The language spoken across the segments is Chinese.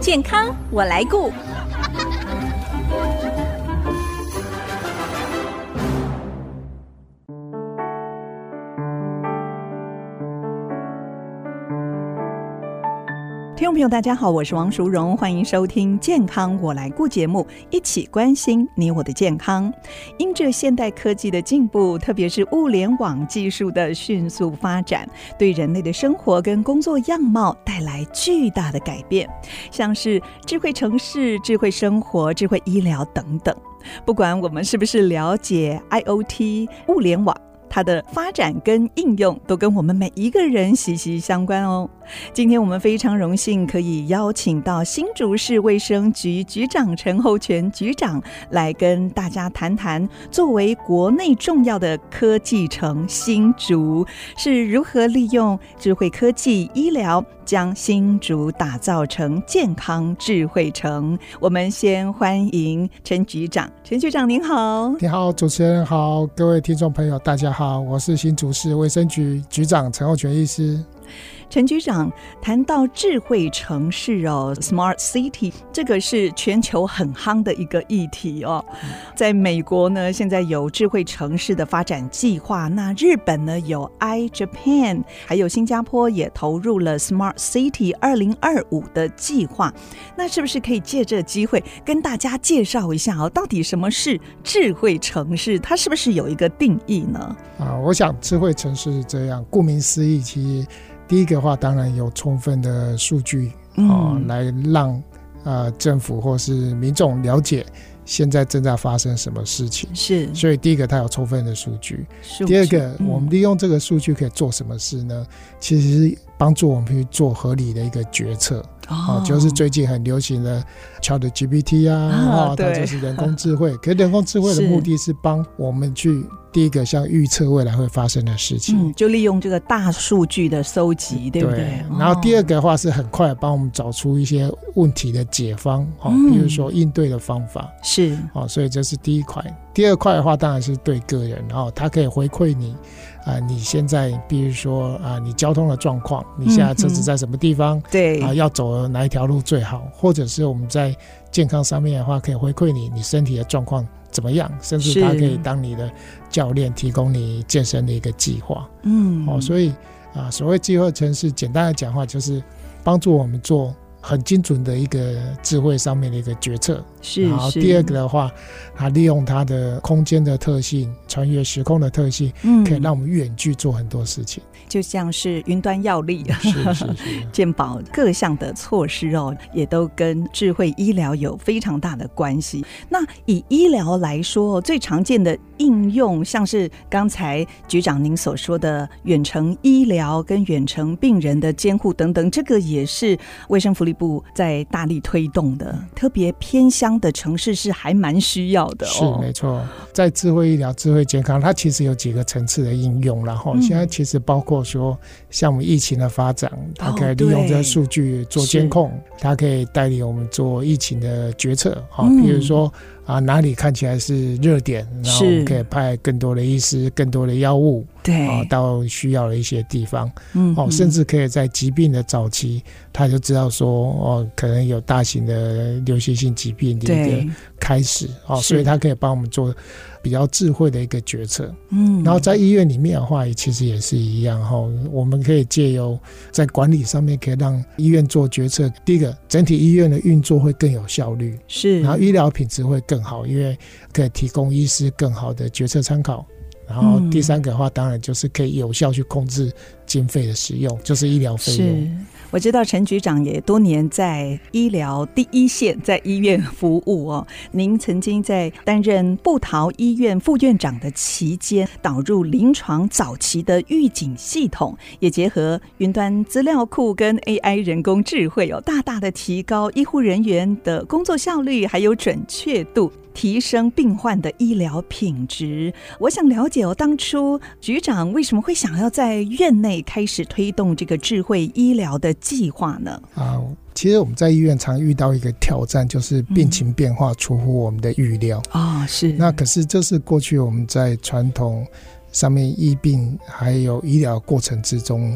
健康我来顾。听众朋友大家好，我是王淑荣，欢迎收听健康我来顾节目，一起关心你我的健康。因着现代科技的进步，特别是物联网技术的迅速发展，对人类的生活跟工作样貌带来巨大的改变，像是智慧城市、智慧生活、智慧医疗等等。不管我们是不是了解 IoT 物联网，它的发展跟应用都跟我们每一个人息息相关哦。今天我们非常荣幸可以邀请到新竹市卫生局局长陈厚全局长来跟大家谈谈，作为国内重要的科技城新竹是如何利用智慧科技医疗将新竹打造成健康智慧城。我们先欢迎陈局长。陈局长您好。 你好，主持人好，各位听众朋友大家好，我是新竹市卫生局局长陈厚全医师。 陈局长，谈到智慧城市哦 Smart City， 这个是全球很夯的一个议题哦。在美国呢，现在有智慧城市的发展计划，那日本呢有 iJapan， 还有新加坡也投入了 Smart City 2025的计划。那是不是可以借这个机会跟大家介绍一下哦，到底什么是智慧城市？它是不是有一个定义呢？ 我想智慧城市是这样，顾名思义，其实第一个话当然有充分的数据来让政府或是民众了解现在正在发生什么事情，是，所以第一个它有充分的数据。第二个，我们利用这个数据可以做什么事呢？其实是帮助我们去做合理的一个决策。就是最近很流行的 ChatGPT 它就是人工智慧。可是人工智慧的目的是帮我们去第一个像预测未来会发生的事情， 就利用这个大数据的收集，对不对？ 然后第二个的话是很快帮我们找出一些问题的解方，比如说应对的方法，是，所以这是第一块。第二块的话当然是对个人，它可以回馈你你现在比如说你交通的状况，你现在车子在什么地方，对，要走哪一条路最好，或者是我们在健康上面的话可以回馈你身体的状况怎么样，甚至它可以当你的教练，提供你健身的一个计划。所以所谓智慧城市简单的讲话就是帮助我们做很精准的一个智慧上面的一个决策。然后第二个的话，它利用它的空间的特性，穿越时空的特性，可以让我们远距做很多事情， 就像是云端药力健保各项的措施也都跟智慧医疗有非常大的关系。那以医疗来说，最常见的应用像是刚才局长您所说的远程医疗跟远程病人的监护等等，这个也是卫生福利部在大力推动的，特别偏乡的城市是还蛮需要的。 是没错，在智慧医疗智慧健康它其实有几个层次的应用，然后现在其实包括说像我们疫情的发展，它可以利用这个数据做监控，它可以带领我们做疫情的决策，比如说哪里看起来是热点，然后我们可以派更多的医师更多的药物到需要的一些地方，甚至可以在疾病的早期他就知道说可能有大型的流行性疾病的一个开始，所以他可以帮我们做比较智慧的一个决策。然后在医院里面的话其实也是一样，我们可以借由在管理上面可以让医院做决策，第一个整体医院的运作会更有效率，是，然后医疗品质会更好，因为可以提供医师更好的决策参考。然后第三个的话当然就是可以有效去控制经费的使用，就是医疗费用。 我知道陈局长也多年在医疗第一线，在医院服务您曾经在担任部桃医院副院长的期间，导入临床早期的预警系统，也结合云端资料库跟 AI 人工智慧大大的提高医护人员的工作效率还有准确度，提升病患的医疗品质。我想了解当初局长为什么会想要在院内开始推动这个智慧医疗的计划呢？ 其实我们在医院常遇到一个挑战，就是病情变化出乎我们的预料。是。那可是这是过去我们在传统上面医病还有医疗过程之中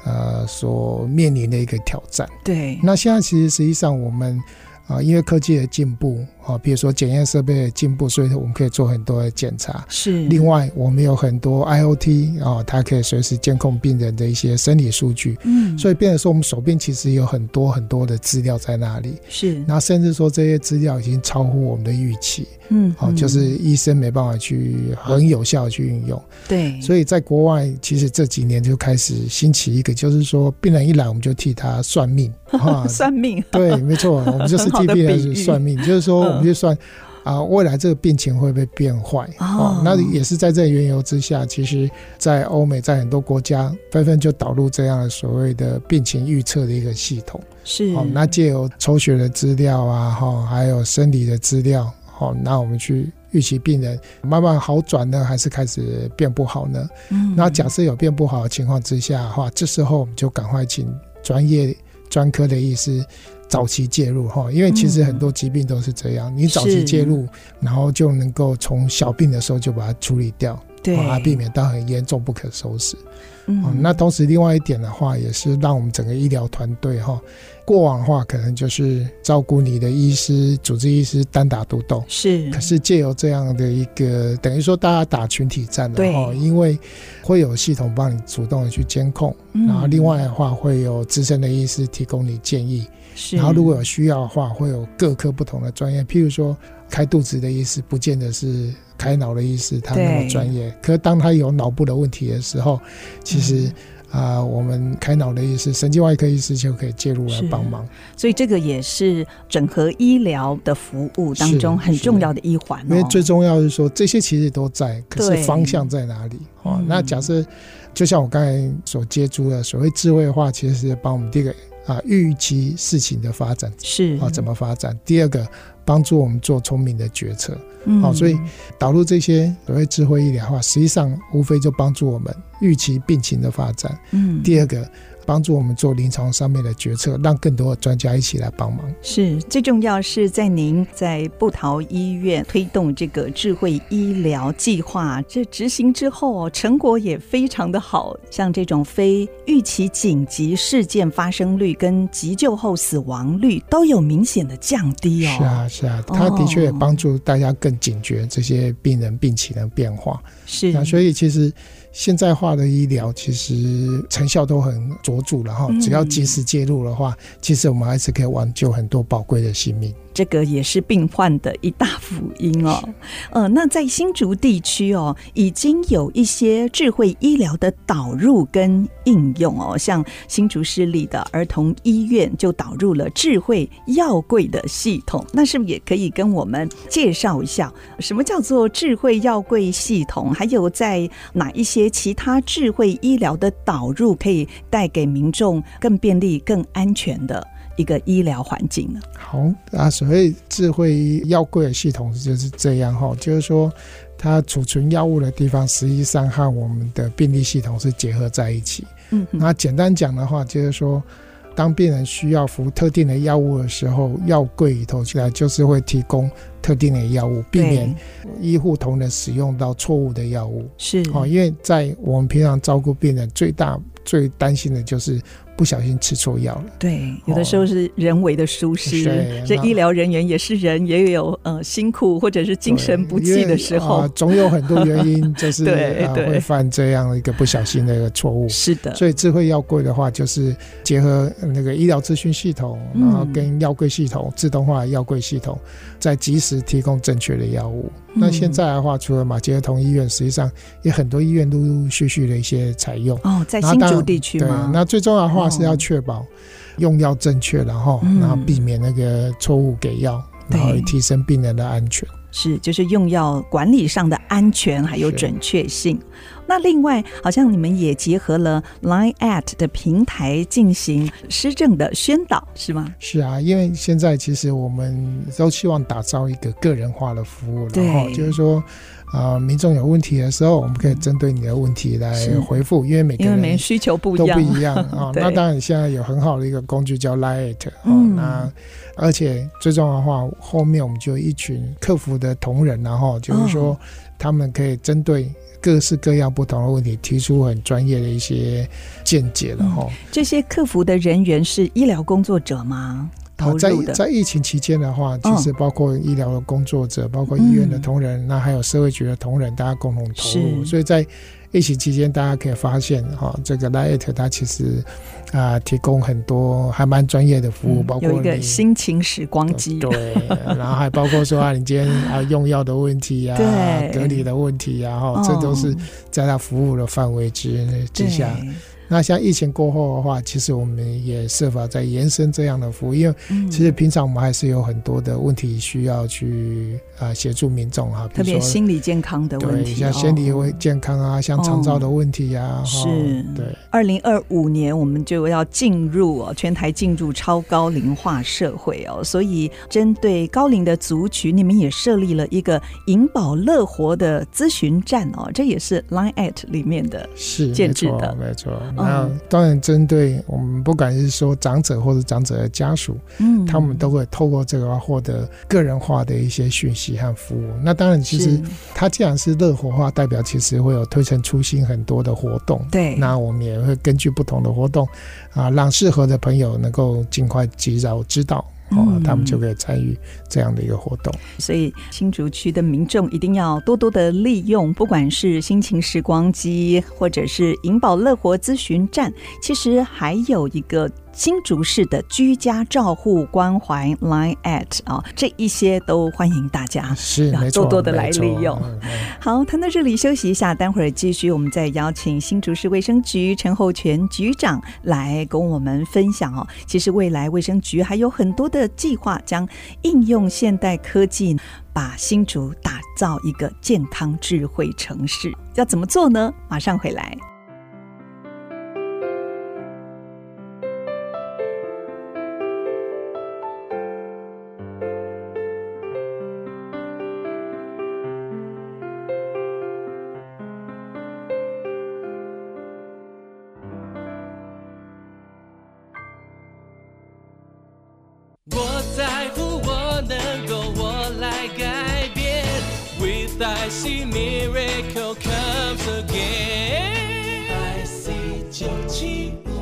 所面临的一个挑战。 对， 那现在实际上我们因为科技的进步比如说检验设备的进步，所以我们可以做很多的检查。 是， 另外我们有很多 IoT 它可以随时监控病人的一些生理数据。所以变成说我们手边其实有很多很多的资料在那里。 是， 然后甚至说这些资料已经超乎我们的预期。就是医生没办法去很有效的去运用。 对， 所以在国外其实这几年就开始兴起一个，就是说病人一来我们就替他算命。 算命， 对，没错，我们就是替病人算命，就是说我们就算未来这个病情会不会变坏。那也是在这缘由之下，其实在欧美在很多国家纷纷就导入这样的所谓的病情预测的一个系统。 是， 那藉由抽血的资料还有生理的资料，那我们去预期病人慢慢好转呢，还是开始变不好呢？那假设有变不好的情况之下的话，这时候我们就赶快请专科的医师早期介入。因为其实很多疾病都是这样，你早期介入，然后就能够从小病的时候就把它处理掉， 对， 避免到很严重不可收拾。那同时另外一点的话，也是让我们整个医疗团队过往的话可能就是照顾你的医师主治医师单打独斗。 是， 可是藉由这样的一个等于说大家打群体战的因为会有系统帮你主动的去监控，然后另外的话会有资深的医师提供你建议。然后如果有需要的话，会有各科不同的专业，譬如说开肚子的医师不见得是开脑的医师他那么专业，可是当他有脑部的问题的时候，其实我们开脑的医师神经外科医师就可以介入来帮忙。 所以这个也是整合医疗的服务当中很重要的一环。 因为最重要的是说这些其实都在，可是方向在哪里？那假设就像我刚才所接触的所谓智慧化，其实是帮我们第一个预期事情的发展，是怎么发展。第二个帮助我们做聪明的决策。所以导入这些所谓智慧医疗化，实际上无非就帮助我们预期病情的发展。第二个帮助我们做临床上面的决策，让更多的专家一起来帮忙。 是，最重要是在您在布桃医院推动这个智慧医疗计划，这执行之后成果也非常的好，像这种非预期紧急事件发生率跟急救后死亡率都有明显的降低。 是啊，它的确也帮助大家更警觉这些病人病情的变化。是，所以其实现代化的医疗其实成效都很卓著了，只要及时介入的话，其实我们还是可以挽救很多宝贵的性命。 这个也是病患的一大福音那在新竹地区已经有一些智慧医疗的导入跟应用像新竹市立的儿童医院就导入了智慧药柜的系统。那是不是也可以跟我们介绍一下什么叫做智慧药柜系统，还有在哪一些其他智慧医疗的导入可以带给民众更便利更安全的一个医疗环境呢？ 好所谓智慧药柜的系统就是这样就是说它储存药物的地方实际上和我们的病历系统是结合在一起。那简单讲的话就是说，当病人需要服特定的药物的时候，药柜里头就是会提供特定的药物，避免医护同仁使用到错误的药物。是因为在我们平常照顾病人最担心的就是不小心吃错药了。对， 有的时候是人为的疏失，这医疗人员也是人，也有辛苦或者是精神不济的时候， 总有很多原因就是会犯这样一个不小心的一个错误。是的，所以智慧药柜的话就是结合那个医疗资讯系统，然后跟药柜系统自动化的药柜系统，再及时提供正确的药物。那现在的话，除了马偕儿童医院，实际上也很多医院陆陆续续的一些采用。在新竹地区吗？对，那最重要的话是要确保用药正确，然后避免那个错误给药，然后提升病人的安全。 是，就是用药管理上的安全还有准确性。那另外好像你们也结合了 Line@ 的平台进行施政的宣导，是吗？ 是啊，因为现在其实我们都希望打造一个个人化的服务，然后就是说民众有问题的时候，我们可以针对你的问题来回复，因为每个人需求不一样那当然现在有很好的一个工具叫 Line@那而且最重要的话，后面我们就有一群客服的同仁，然后就是说他们可以针对各式各样不同的问题，提出很专业的一些见解了这些客服的人员是医疗工作者吗？ 在疫情期间的话，其实包括医疗的工作者，包括医院的同仁，那还有社会局的同仁，大家共同投入。所以在疫情期间，大家可以发现这个 LINE@ 它其实提供很多还蛮专业的服务，包括有一个心情时光机， 对，然后还包括说你今天用药的问题隔离的问题这都是在它服务的范围之下。那像疫情过后的话，其实我们也设法在延伸这样的服务，因为其实平常我们还是有很多的问题需要去协助民众特别心理健康的问题， 对，像心理健康像长照的问题是。 对 ，2025年我们就要进入全台进入超高龄化社会所以针对高龄的族群，你们也设立了一个银保乐活的咨询站这也是 LINE@ 里面的建制的， 没错。那当然针对我们不管是说长者或者长者的家属，他们都会透过这个获得个人化的一些讯息和服务。那当然其实它既然是乐活化，代表其实会有推陈出新很多的活动， 对， 那我们也会根据不同的活动让适合的朋友能够尽快及早知道他们就可以参与这样的一个活动。 所以新竹区的民众一定要多多的利用，不管是心情时光机或者是银保乐活咨询站，其实还有一个新竹市的居家照护关怀 LINE@ 这一些都欢迎大家多多的来利用。好，谈到这里休息一下，待会儿继续，我们再邀请新竹市卫生局陈厚全局长来跟我们分享其实未来卫生局还有很多的计划，将应用现代科技把新竹打造一个健康智慧城市。要怎么做呢？马上回来。 我在乎，我能够，我来改变。With I see miracle comes again. I see 975。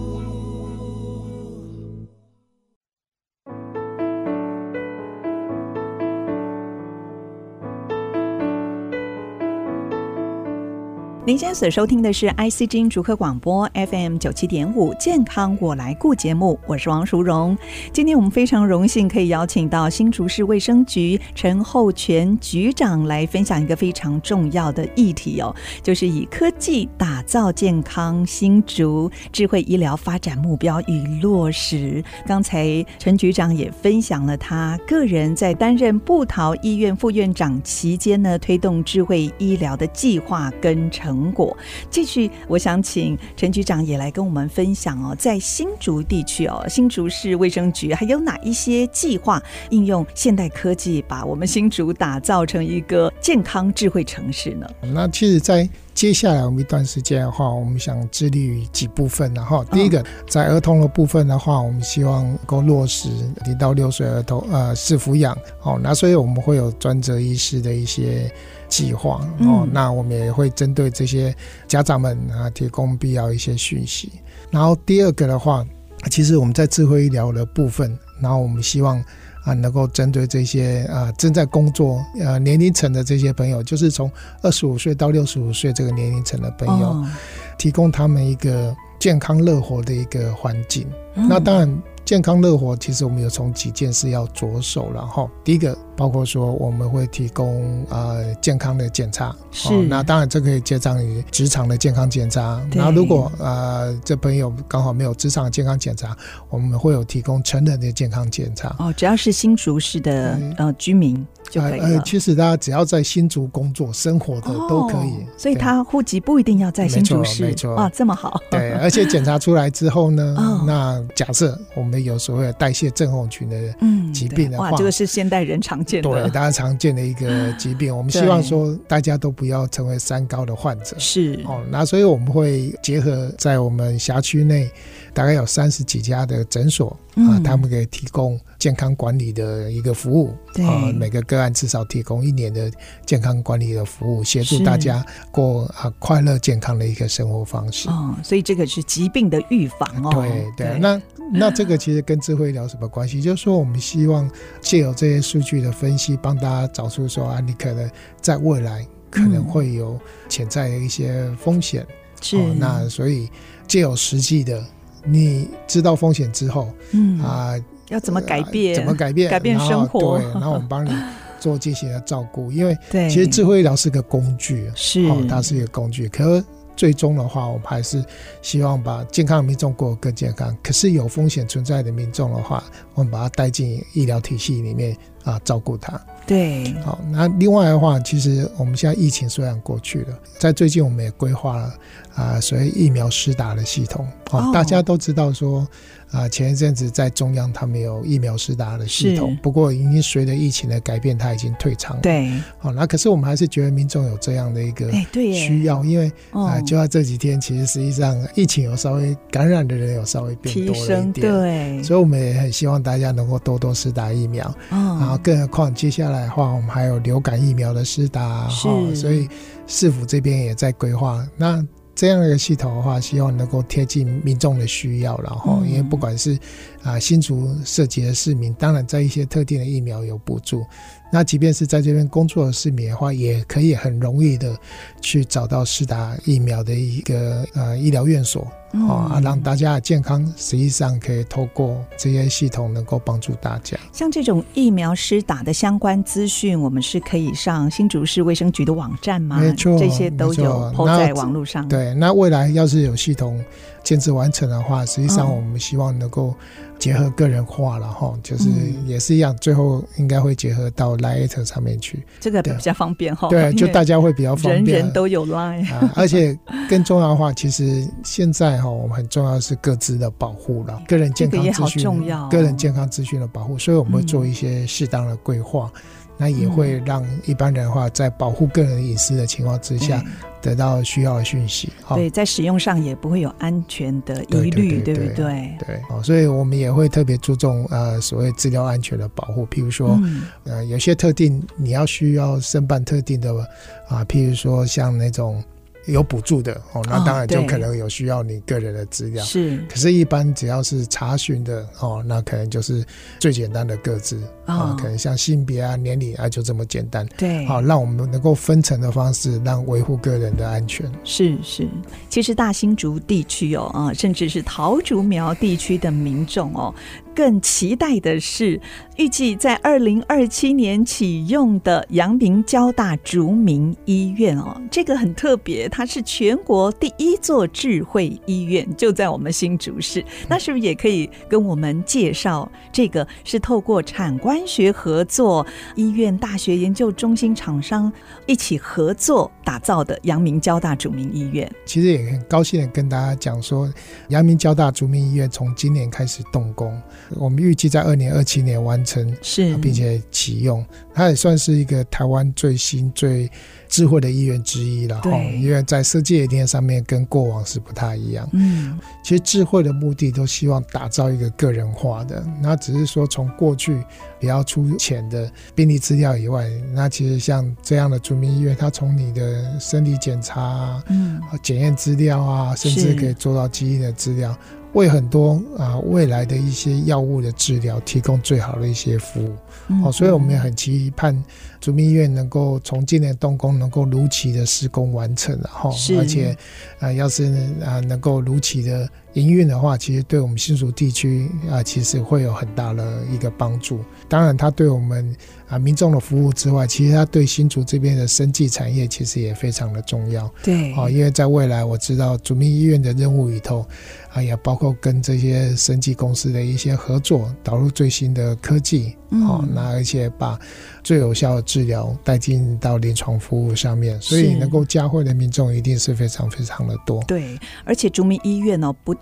您现在所收听的是 IC 之音竹科广播 FM 97.5健康我来顾节目，我是王淑荣。今天我们非常荣幸可以邀请到新竹市卫生局陈厚全局长来分享一个非常重要的议题就是以科技打造健康新竹智慧医疗发展目标与落实。刚才陈局长也分享了他个人在担任部桃医院副院长期间呢，推动智慧医疗的计划跟成果。继续我想请陈局长也来跟我们分享在新竹地区新竹市卫生局还有哪一些计划应用现代科技把我们新竹打造成一个健康智慧城市呢？ 那其实在接下来我们一段时间的话，我们想致力于几部分。然后第一个在儿童的部分的话，我们希望能够落实0到6岁儿童适抚养那所以我们会有专责医师的一些计划那我们也会针对这些家长们提供必要一些讯息。然后第二个的话，其实我们在智慧医疗的部分，然后我们希望能够针对这些正在工作年龄层的这些朋友，就是从25岁到65岁这个年龄层的朋友提供他们一个健康乐活的一个环境那当然健康乐活其实我们有从几件事要着手了第一个包括说我们会提供健康的检查那当然这可以接上于职场的健康检查，然后如果这朋友刚好没有职场的健康检查，我们会有提供成人的健康检查只要是新竹市的居民就可以了其实大家只要在新竹工作生活的都可以所以他户籍不一定要在新竹市没错这么好对而且检查出来之后呢那假设我们有所谓的代谢症候群的疾病的话这个是现代人常常见的， 对，大家常见的一个疾病。我们希望说大家都不要成为三高的患者， 是那所以我们会结合在我们辖区内大概有30几家的诊所他们可以提供健康管理的一个服务，每个个案至少提供1年的健康管理的服务，协助大家过快乐健康的一个生活方式。 所以这个是疾病的预防对，那这个其实跟智慧医疗什么关系？就是说我们希望借由这些数据的分析，帮大家找出说你可能在未来可能会有潜在的一些风险， 是那所以借由实际的你知道风险之后要怎么改变改变生活， 对，然后我们帮你做进行的照顾。因为其实智慧医疗是个工具， 是它是一个工具，可是最终的话我们还是希望把健康的民众过得更健康，可是有风险存在的民众的话，我们把它带进医疗体系里面照顾他。 对， 好，那另外的话，其实我们现在疫情虽然过去了，在最近我们也规划了所谓疫苗施打的系统。大家都知道说前一阵子在中央他们有疫苗施打的系统，不过已经随着疫情的改变它已经退场了。 对， 那可是我们还是觉得民众有这样的一个需要，因为就在这几天其实实际上疫情有稍微感染的人有稍微变多了一点， 对， 所以我们也很希望大家能够多多施打疫苗。然后更何况接下来的话我们还有流感疫苗的施打，所以市府这边也在规划。那这样的一个系统的话，希望能够贴近民众的需要，然后因为不管是新竹涉及的市民，当然在一些特定的疫苗有补助，那即便是在这边工作的市民的话，也可以很容易的去找到施打疫苗的一个医疗院所，让大家的健康实际上可以透过这些系统能够帮助大家。 像这种疫苗施打的相关资讯，我们是可以上新竹市卫生局的网站吗？ 没错， 这些都有 po 在网络上。 对，那未来要是有系统建制完成的话，实际上我们希望能够结合个人化了就是也是一样，最后应该会结合到 LINE 上面去， 这个比较方便对，就大家会比较方便， 人人都有 LINE 而且更重要的话，其实现在我们很重要的是各自的保护了，个人健康资讯，这个也好重要个人健康资讯的保护，所以我们会做一些适当的规划，那也会让一般人的话在保护个人隐私的情况之下得到需要的讯息。 对，在使用上也不会有安全的疑虑，对不对？ 对，所以我们也会特别注重所谓资料安全的保护。譬如说有些特定你要需要申办特定的譬如说像那种有补助的那当然就可能有需要你个人的资料，是。可是一般只要是查询的那可能就是最简单的个资可能像性别年龄就这么简单。对，让我们能够分层的方式，让维护个人的安全。是。 其实大新竹地区甚至是桃竹苗地区的民众更期待的是预计在2027年启用的阳明交大竹民医院这个很特别，它是全国第1座智慧医院，就在我们新竹市。那是不是也可以跟我们介绍，这个是透过产官学合作，医院、大学研究中心厂商一起合作打造的阳明交大竹民医院？ 其实也很高兴的跟大家讲说，阳明交大竹民医院从今年开始动工，我们预计在2027年完成，是，并且启用。它也算是一个台湾最新最智慧的医院之一了，因为在设计理念上面跟过往是不太一样。其实智慧的目的都希望打造一个个人化的，那只是说从过去比较粗浅的病历资料以外，那其实像这样的竹民医院，它从你的身体检查检验资料甚至可以做到基因的资料，为很多未来的一些药物的治疗提供最好的一些服务。所以我们也很期盼竹民医院能够从今年动工，能够如期的施工完成，而且要是能够如期的营运的话，其实对我们新竹地区其实会有很大的一个帮助。当然它对我们民众的服务之外，其实它对新竹这边的生技产业其实也非常的重要。对，因为在未来我知道竹民医院的任务里头也包括跟这些生技公司的一些合作，导入最新的科技，那而且把最有效的治疗带进到临床服务上面，所以能够嘉惠的民众一定是非常非常的多。 对，而且竹民医院不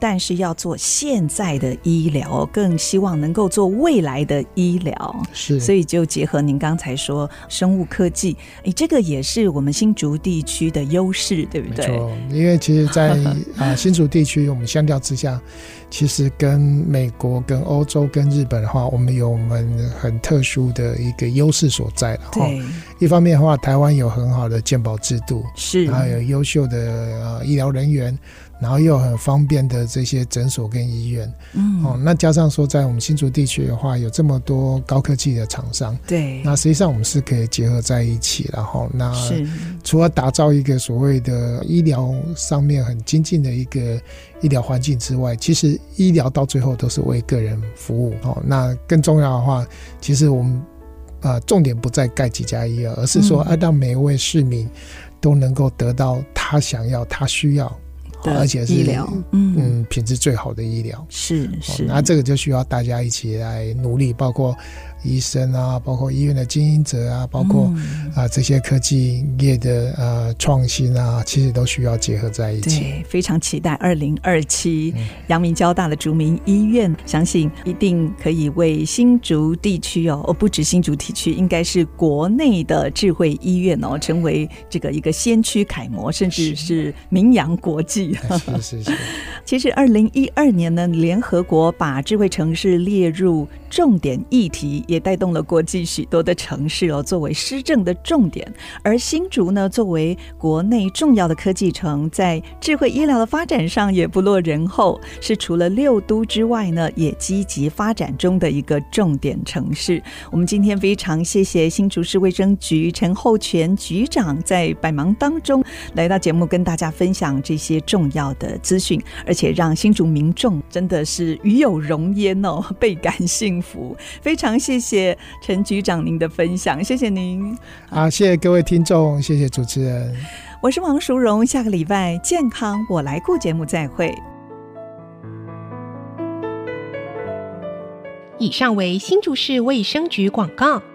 但是要做现在的医疗，更希望能够做未来的医疗， 是， 所以就结合您刚才说生物科技，这个也是我们新竹地区的优势，对不对？ 没错，因为其实在新竹地区我们相较之下，其实跟美国跟欧洲跟日本的话，我们有我们很特殊的一个优势所在了。 对， 一方面的话，台湾有很好的健保制度， 是， 然后有优秀的医疗人员，然后又很方便的这些诊所跟医院，那加上说在我们新竹地区的话，有这么多高科技的厂商， 对， 那实际上我们是可以结合在一起，然后那除了打造一个所谓的医疗上面很精进的一个医疗环境之外，其实医疗到最后都是为个人服务，那更重要的话，其实我们重点不在盖几家医院，而是说让每一位市民都能够得到他想要他需要而且是医疗品质最好的医疗， 是， 那这个就需要大家一起来努力，包括医生啊，包括医院的经营者啊，包括这些科技业的创新啊，其实都需要结合在一起。 对，非常期待2027阳明交大的竹民医院，相信一定可以为新竹地区不止新竹地区，应该是国内的智慧医院成为这个一个先驱楷模，甚至是名扬国际。 是。 其实2012年呢，联合国把智慧城市列入重点议题，也带动了国际许多的城市作为施政的重点。而新竹呢，作为国内重要的科技城，在智慧医疗的发展上也不落人后，是除了6都之外呢，也积极发展中的一个重点城市。我们今天非常谢谢新竹市卫生局陈厚全局长在百忙当中来到节目，跟大家分享这些重要的资讯，而且让新竹民众真的是与有荣焉倍感幸福。非常谢谢陈局长您的分享，谢谢您。 谢谢各位听众，谢谢主持人。 我是王淑荣，下个礼拜健康我来顾节目再会。 以上为新竹市卫生局广告。